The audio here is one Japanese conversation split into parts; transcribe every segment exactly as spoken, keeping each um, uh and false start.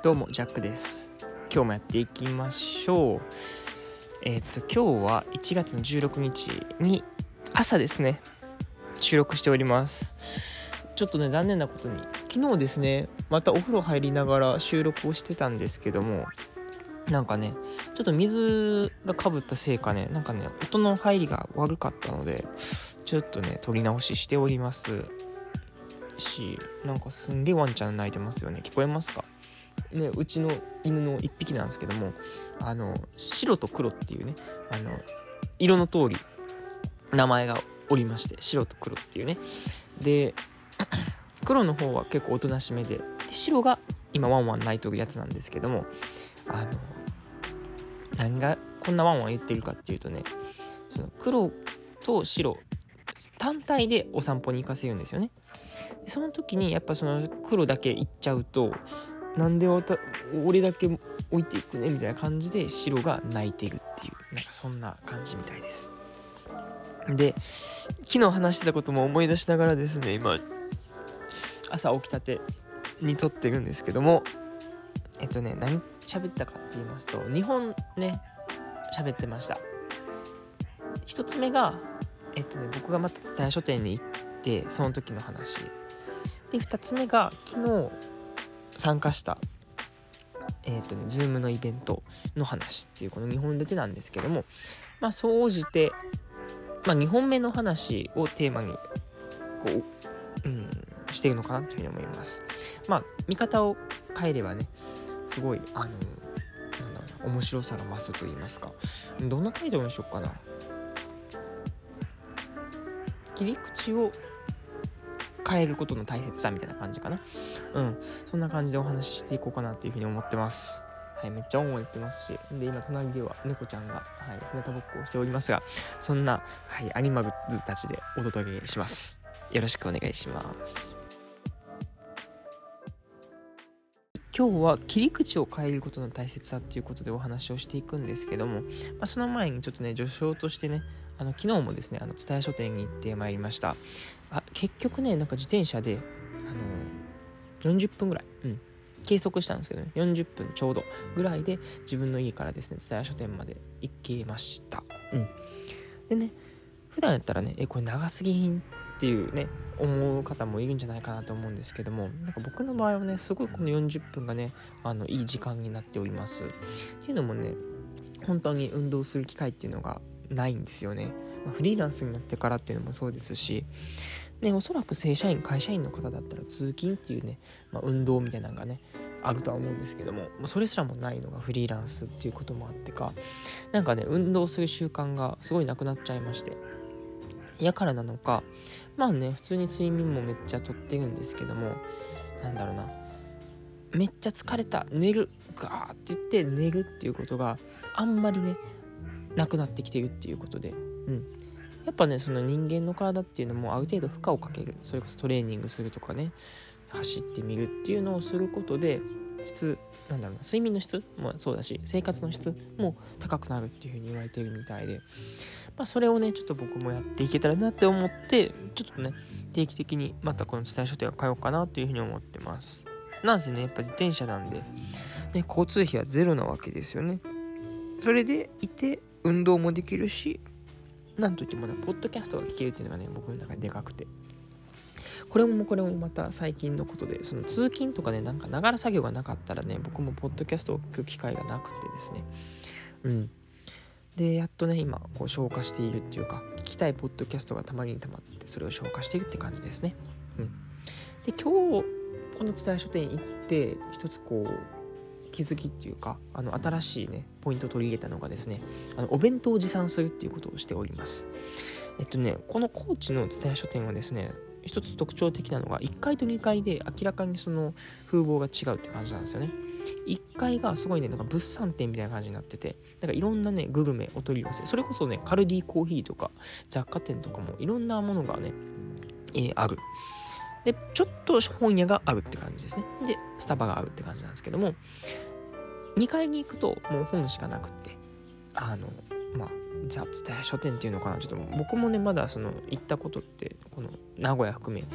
どうもジャックです。今日もやっていきましょう。えっと今日はいちがつのじゅうろくにちに朝ですね、収録しております。ちょっとね残念なことに昨日ですね、またお風呂入りながら収録をしてたんですけども、なんかねちょっと水がかぶったせいかね、なんかね音の入りが悪かったので、ちょっとね撮り直ししておりますし、なんかすんげえワンちゃん鳴いてますよね。聞こえますかね。うちの犬の一匹なんですけども、あの白と黒っていうね、あの色の通り名前がおりまして、白と黒っていうね。で黒の方は結構おとなしめで、で白が今ワンワン鳴いとるやつなんですけども、あの何がこんなワンワン言ってるかっていうとね、その黒と白単体でお散歩に行かせるんですよね。でその時にやっぱその黒だけ行っちゃうと、なんで俺だけ置いていくねみたいな感じで白が泣いているっていう、なんかそんな感じみたいです。で昨日話してたことも思い出しながらですね、今朝起きたてに撮ってるんですけども、えっとね何喋ってたかって言いますと、にほんね喋ってました。一つ目がえっとね僕がまた蔦屋書店に行ってその時の話で、二つ目が昨日参加したえっとね Zoom のイベントの話っていう、このにほん立てなんですけども、まあ総じてまあにほんめの話をテーマにこう、うん、しているのかなというふうに思います。まあ見方を変えればね、すごいあのなんだろうな、面白さが増すと言いますか、どんなタイトルにしようかな。切り口を変えることの大切さみたいな感じかな。うんそんな感じでお話ししていこうかなというふうに思ってます。はい、めっちゃ音を言ってますし、で今隣では猫ちゃんが、はい、日向ぼっこをしておりますが、そんな、はい、アニマグズたちでお届けします。よろしくお願いします。今日は切り口を変えることの大切さっていうことでお話をしていくんですけども、まあ、その前にちょっとね序章としてね、あの昨日もですね、あの蔦屋書店に行ってまいりました。あ結局ねなんか自転車であのよんじゅっぷんぐらい、うん、計測したんですけどね、よんじゅっぷんちょうどぐらいで自分の家からですね蔦屋書店まで行けました。うん、でね普段やったらねえこれ長すぎひんっていうね思う方もいるんじゃないかなと思うんですけども、なんか僕の場合はねすごいこのよんじゅっぷんがねあのいい時間になっております。っていうのもね、本当に運動する機会っていうのがないんですよね。まあ、フリーランスになってからっていうのもそうですし、ね、おそらく正社員会社員の方だったら通勤っていうね、まあ、運動みたいなのがねあるとは思うんですけども、それすらもないのがフリーランスっていうこともあってか、なんかね運動する習慣がすごいなくなっちゃいまして、やからなのか、まあね普通に睡眠もめっちゃとってるんですけども、なんだろうな、めっちゃ疲れた寝るガーって言って寝るっていうことがあんまりねなくなってきてるっていうことで、うんやっぱねその人間の体っていうのもある程度負荷をかける、それこそトレーニングするとかね、走ってみるっていうのをすることで質なんだろうな、睡眠の質もそうだし生活の質も高くなるっていうふうに言われているみたいで、まあそれをねちょっと僕もやっていけたらなって思って、ちょっとね定期的にまたこの蔦屋書店を通おうかなというふうに思ってます。なんせねやっぱり自転車なんで、ね、交通費はゼロなわけですよね。それでいて運動もできるし、なんといってもねポッドキャストが聞けるっていうのがね僕の中ででかくて、これもこれもまた最近のことで、その通勤とかねなんかながら作業がなかったらね僕もポッドキャストを聞く機会がなくてですね、うんでやっとね今こう消化しているっていうか、聞きたいポッドキャストがたまりにたまってそれを消化しているって感じですね。うんで今日この蔦屋書店行って一つこう気づきっていうか、あの新しいねポイントを取り入れたのがですね、あのお弁当を持参するっていうことをしております。えっとねこの高知の蔦屋書店はですね、一つ特徴的なのがいっかいとにかいで明らかにその風貌が違うって感じなんですよね。いっかいがすごいねなんか物産展みたいな感じになってて、なんかいろんなねグルメお取り寄せ、それこそねカルディコーヒーとか雑貨店とかもいろんなものがね、えー、ある。でちょっと本屋があるって感じですね。でスタバがあるって感じなんですけども、にかいに行くともう本しかなくって、あのまあザ・蔦屋書店っていうのかな、ちょっと僕もねまだその行ったことってこの名古屋含め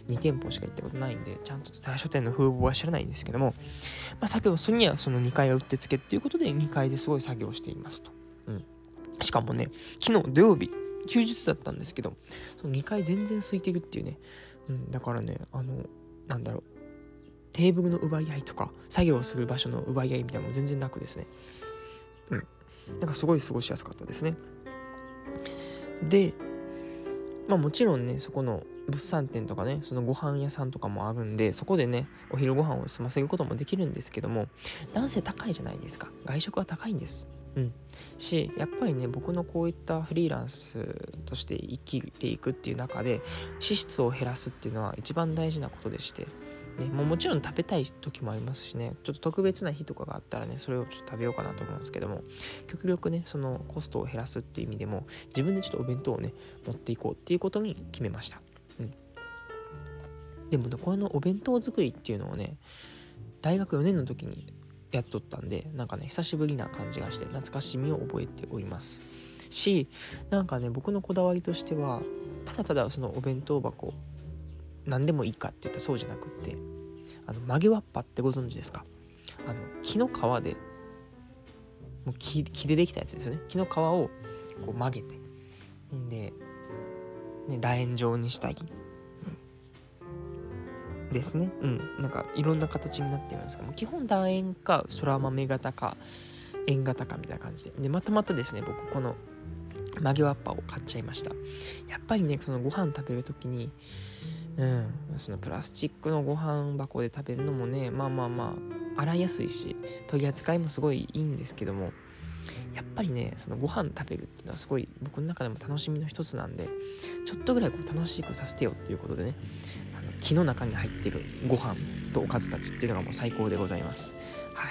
に店舗しか行ったことないんで、ちゃんと蔦屋書店の風貌は知らないんですけども、まあ、作業するにはそのにかいがうってつけっていうことでにかいですごい作業していますと。うん、しかもね、昨日土曜日休日だったんですけど、そのにかい全然空いてるっていうね、うん、だからね、あのなんだろう、テーブルの奪い合いとか作業する場所の奪い合いみたいなのも全然なくですね、うん、なんかすごい過ごしやすかったですね。で、まあもちろんね、そこの物産展とかね、そのご飯屋さんとかもあるんで、そこでね、お昼ご飯を済ませることもできるんですけども、なんせ高いじゃないですか。外食は高いんです。うん。し、やっぱりね、僕のこういったフリーランスとして生きていくっていう中で、支出を減らすっていうのは一番大事なことでして、ね、もうもちろん食べたい時もありますしね、ちょっと特別な日とかがあったらね、それをちょっと食べようかなと思うんですけども、極力ね、そのコストを減らすっていう意味でも、自分でちょっとお弁当をね、持っていこうっていうことに決めました。うん。でもね、このお弁当作りっていうのをね、大学よねんの時にやっとったんで、なんかね、久しぶりな感じがして、懐かしみを覚えておりますし、なんかね、僕のこだわりとしては、ただただそのお弁当箱、何でもいいかって言ったらそうじゃなくって、あの曲げわっぱってご存知ですか？あの木の皮で、もう 木, 木でできたやつですよね。木の皮をこう曲げて、んで、ね、楕円状にしたり、うん、ですね。うん、なんかいろんな形になってるんですけども、基本楕円か空豆型か円型かみたいな感じで、でまたまたですね、僕この曲げわっぱを買っちゃいました。やっぱりね、そのご飯食べるときに、うん、そのプラスチックのご飯箱で食べるのもね、まあまあまあ洗いやすいし取り扱いもすごいいいんですけども、やっぱりね、そのご飯食べるっていうのはすごい僕の中でも楽しみの一つなんで、ちょっとぐらいこう楽しくさせてよっていうことでね、あの木の中に入っているご飯とおかずたちっていうのがもう最高でございます。はい。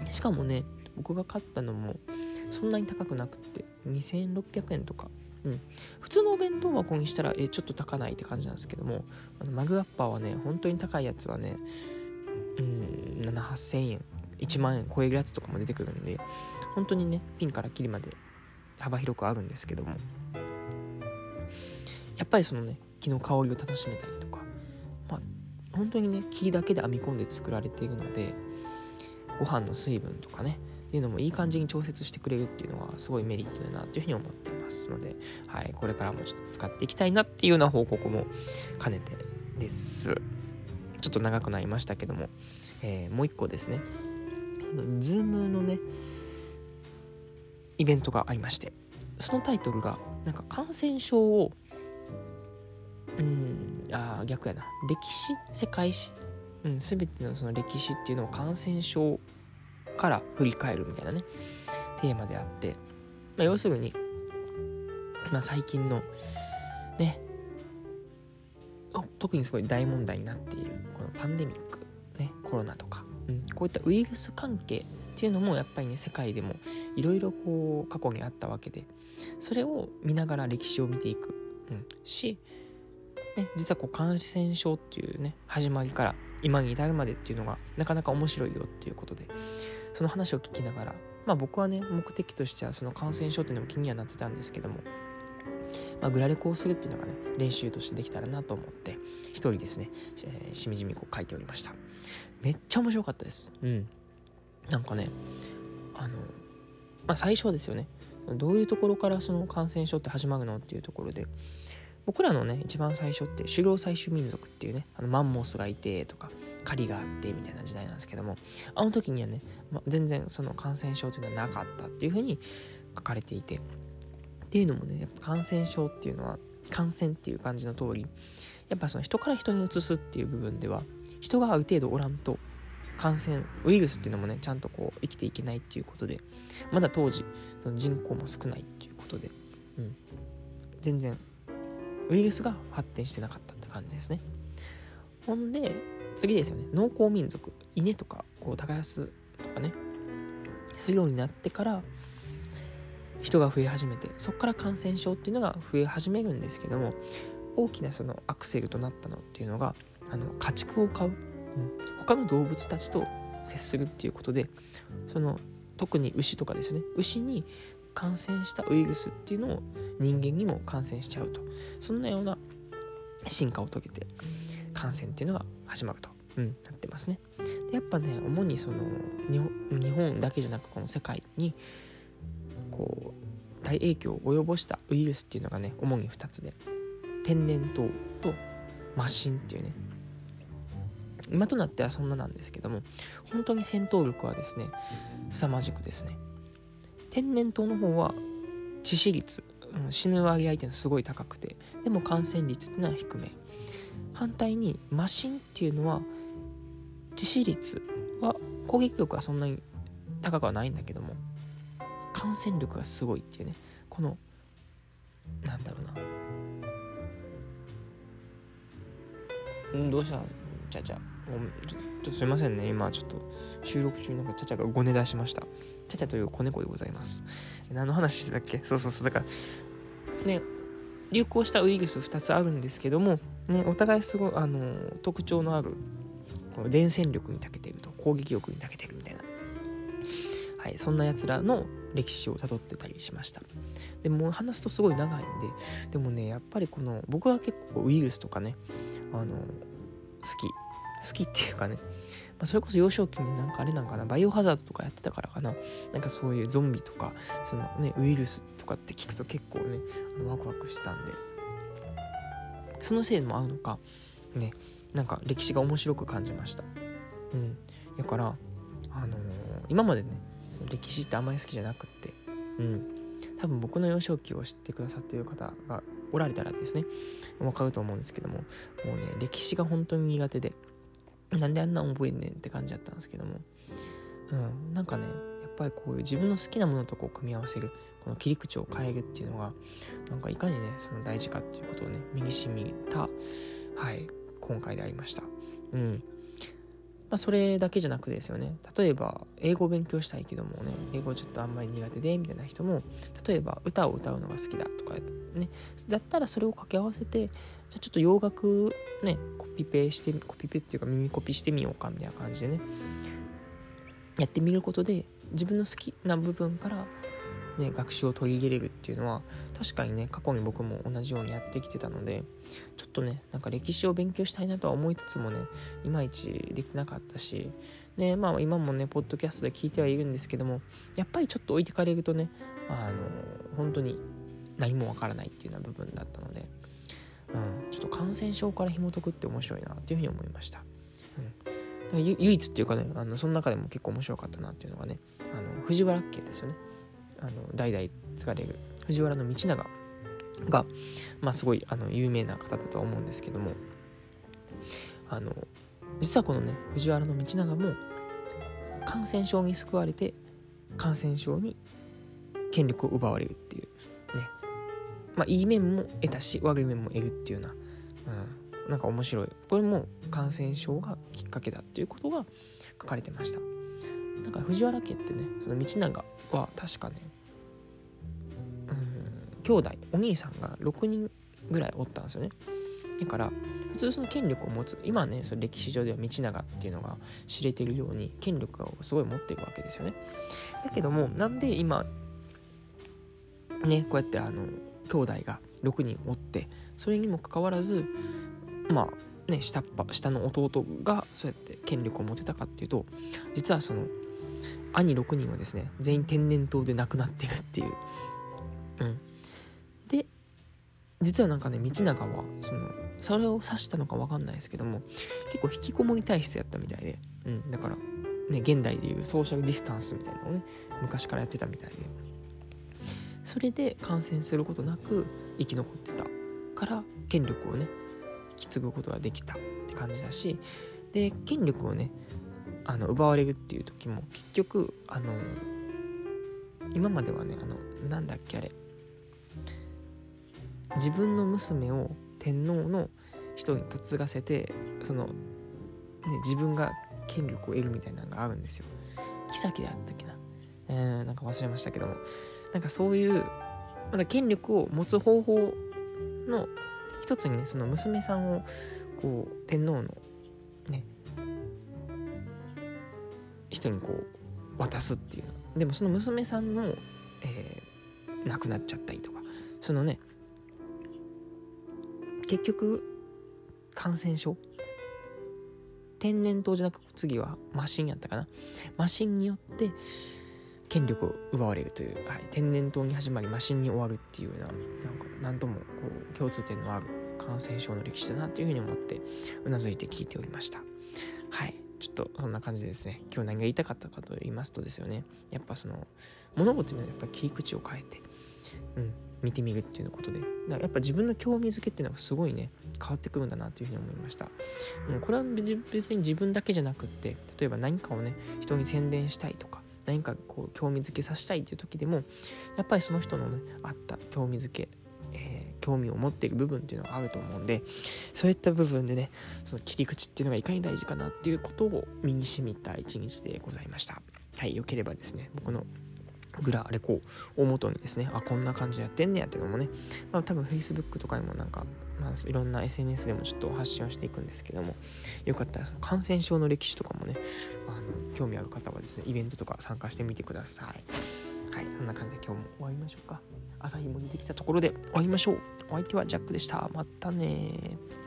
しかもね、僕が買ったのもそんなに高くなくってにせんろっぴゃくえんとか、うん、普通のお弁当箱にしたらえちょっと高ないって感じなんですけども、あのマグワッパーはね、本当に高いやつはね、うん、なな、はっせんえん、いちまんえん超えるやつとかも出てくるんで、本当にね、ピンからキリまで幅広くあるんですけども、やっぱりそのね、木の香りを楽しめたりとか、まあ本当にね、木だけで編み込んで作られているので、ご飯の水分とかねっていうのもいい感じに調節してくれるっていうのはすごいメリットだなっていうふうに思っていますので、はい、これからもちょっと使っていきたいなっていうような報告も兼ねてです。ちょっと長くなりましたけども、えー、もう一個ですね、Zoom のねイベントがありまして、そのタイトルがなんか感染症をうーんあ逆やな歴史世界史、うん、全てのその歴史っていうのを感染症から振り返るみたいなねテーマであって、まあ、要するに、まあ、最近のね特にすごい大問題になっているこのパンデミック、ね、コロナとか、うん、こういったウイルス関係っていうのもやっぱりね世界でもいろいろこう過去にあったわけで、それを見ながら歴史を見ていく、うん、し、ね、実はこう感染症っていうね始まりから今に至るまでっていうのがなかなか面白いよっていうことで、その話を聞きながら、まあ僕はね目的としてはその感染症っていうのも気にはなってたんですけども、まあ、グラレコをするっていうのがね練習としてできたらなと思って一人ですね、えー、しみじみこう書いておりました。めっちゃ面白かったです。うん。なんかね、あのまあ最初はですよね、どういうところからその感染症って始まるのっていうところで、僕らのね一番最初って狩猟採集民族っていうね、あのマンモスがいてとか狩りがあってみたいな時代なんですけども、あの時にはね、ま、全然その感染症というのはなかったっていうふうに書かれていて、っていうのもね、やっぱ感染症っていうのは感染っていう感じの通り、やっぱその人から人に移すっていう部分では人がある程度おらんと感染ウイルスっていうのもねちゃんとこう生きていけないっていうことで、まだ当時その人口も少ないっていうことで、うん、全然ウイルスが発展してなかったって感じですね。ほんで次ですよね、農耕民族、稲とかこう耕すとかねするようになってから人が増え始めて、そこから感染症っていうのが増え始めるんですけども、大きなそのアクセルとなったのっていうのがあの家畜を飼う、うん、他の動物たちと接するっていうことで、その特に牛とかですね、牛に感染したウイルスっていうのを人間にも感染しちゃうと、そんなような進化を遂げて、 感染っていうのが始まると、うん、なってますね。でやっぱね主にその日本、日本だけじゃなくこの世界にこう大影響を及ぼしたウイルスっていうのがね主にふたつで、天然痘と麻疹っていうね、今となってはそんななんですけども、本当に戦闘力はですね凄まじくですね、天然痘の方は致死率、うん、死ぬ割合っていうのはすごい高くて、でも感染率っていうのは低め。反対に麻疹っていうのは致死率は攻撃力はそんなに高くはないんだけども感染力がすごいっていうね、このなんだろうな、んどうしたちゃちゃごめんちょっとすいませんね、今ちょっと収録中になんかちゃちゃがごね出しました。ちゃちゃという子猫でございます。何の話してたっけ。そうそうそう、だからね流行したウイルスふたつあるんですけども、ね、お互いすごいあの特徴のあるこの伝染力に長けていると、攻撃力に長けているみたいな、はい、そんなやつらの歴史をたどってたりしました。でも話すとすごい長いんで、でもねやっぱりこの僕は結構ウイルスとかねあの好き好きっていうかね、まあ、それこそ幼少期になんかあれなんかな、バイオハザードとかやってたからかな、なんかそういうゾンビとかそのねウイルスとかって聞くと結構ねあのワクワクしてたんで、そのせいも合うのかね、なんか歴史が面白く感じました。うんだからあのー、今までね歴史ってあんまり好きじゃなくって、うん多分僕の幼少期を知ってくださっている方がおられたらですね分かると思うんですけども、もうね歴史が本当に苦手で、なんであんな覚えんねんって感じだったんですけども、うんなんかねやっぱりこういう自分の好きなものとこう組み合わせるこの切り口を変えるっていうのがなんかいかにねその大事かっていうことをね身に染みたはい今回でありました。うんまあ、それだけじゃなくですよね、例えば英語を勉強したいけどもね英語ちょっとあんまり苦手でみたいな人も、例えば歌を歌うのが好きだとかね、だったらそれを掛け合わせて、じゃあちょっと洋楽ねコピペしてコピペっていうか耳コピしてみようかみたいな感じでねやってみることで自分の好きな部分からね、学習を取り入れれるっていうのは確かにね過去に僕も同じようにやってきてたので、ちょっとねなんか歴史を勉強したいなとは思いつつもねいまいちできてなかったし、ねまあ今もねポッドキャストで聞いてはいるんですけども、やっぱりちょっと置いてかれるとねあの本当に何もわからないっていうような部分だったので、うん、ちょっと感染症から紐解くって面白いなっていうふうに思いました。うん、唯一っていうかねあのその中でも結構面白かったなっていうのがねあの藤原家ですよね。あの代々継がれる藤原道長が、まあ、すごいあの有名な方だとは思うんですけども、あの実はこのね藤原道長も感染症に救われて感染症に権力を奪われるっていうね、まあいい面も得たし悪い面も得るっていうような、うん、なんか面白い、これも感染症がきっかけだっていうことが書かれてました。なんか藤原家ってねその道長は確かねうん兄弟お兄さんがろくにんぐらいおったんですよね。だから普通その権力を持つ、今はねその歴史上では道長っていうのが知れているように権力をすごい持っているわけですよね。だけどもなんで今ねこうやってあの兄弟がろくにんおって、それにもかかわらずまあね下っ端下の弟がそうやって権力を持てたかっていうと、実はその兄ろくにんはですね全員天然痘で亡くなっているっていう、うん、で実はなんかね道長はそのそれを指したのか分かんないですけども結構引きこもり体質やったみたいで、うん、だからね現代でいうソーシャルディスタンスみたいなのをね昔からやってたみたいで、それで感染することなく生き残ってたから権力をね引き継ぐことができたって感じだし、で権力をねあの奪われるっていう時も結局あの今まではねあのなんだっけあれ自分の娘を天皇の人に嫁がせてその、ね、自分が権力を得るみたいなのがあるんですよ。妃だったっけな、えー、なんか忘れましたけども、なんかそういうまだ権力を持つ方法の一つにねその娘さんをこう天皇のね人にこう渡すっていうの、でもその娘さんの、えー、亡くなっちゃったりとか、そのね結局感染症天然痘じゃなく次はマシンやったかな。マシンによって権力を奪われるという、はい、天然痘に始まりマシンに終わるっていうような、なんかなんともこう共通点のある感染症の歴史だなというふうに思ってうなずいて聞いておりました。はい、ちょっとそんな感じでですね、今日何が言いたかったかと言いますとですよね、やっぱその物事にはやっぱり切り口を変えて、うん、見てみるっていうことで、だからやっぱ自分の興味づけっていうのがすごいね変わってくるんだなというふうに思いました。うん、これは別に自分だけじゃなくって、例えば何かをね人に宣伝したいとか、何かこう興味づけさせたいっていう時でも、やっぱりその人のねあった興味づけ、えー、興味を持っている部分っていうのがあると思うんで、そういった部分でねその切り口っていうのがいかに大事かなっていうことを身に染みた一日でございました。はい、よければですね僕のグラあれこう大元にですね、あこんな感じでやってんねやっていうのもね、まあ多分 Facebook とかにもなんか、まあ、いろんな エスエヌエス でもちょっと発信をしていくんですけども、よかったら感染症の歴史とかもね、あの興味ある方はですねイベントとか参加してみてください。はい、そんな感じで今日も終わりましょうか。朝日も出てきたところで終わりましょう。お相手はジャックでした。またね。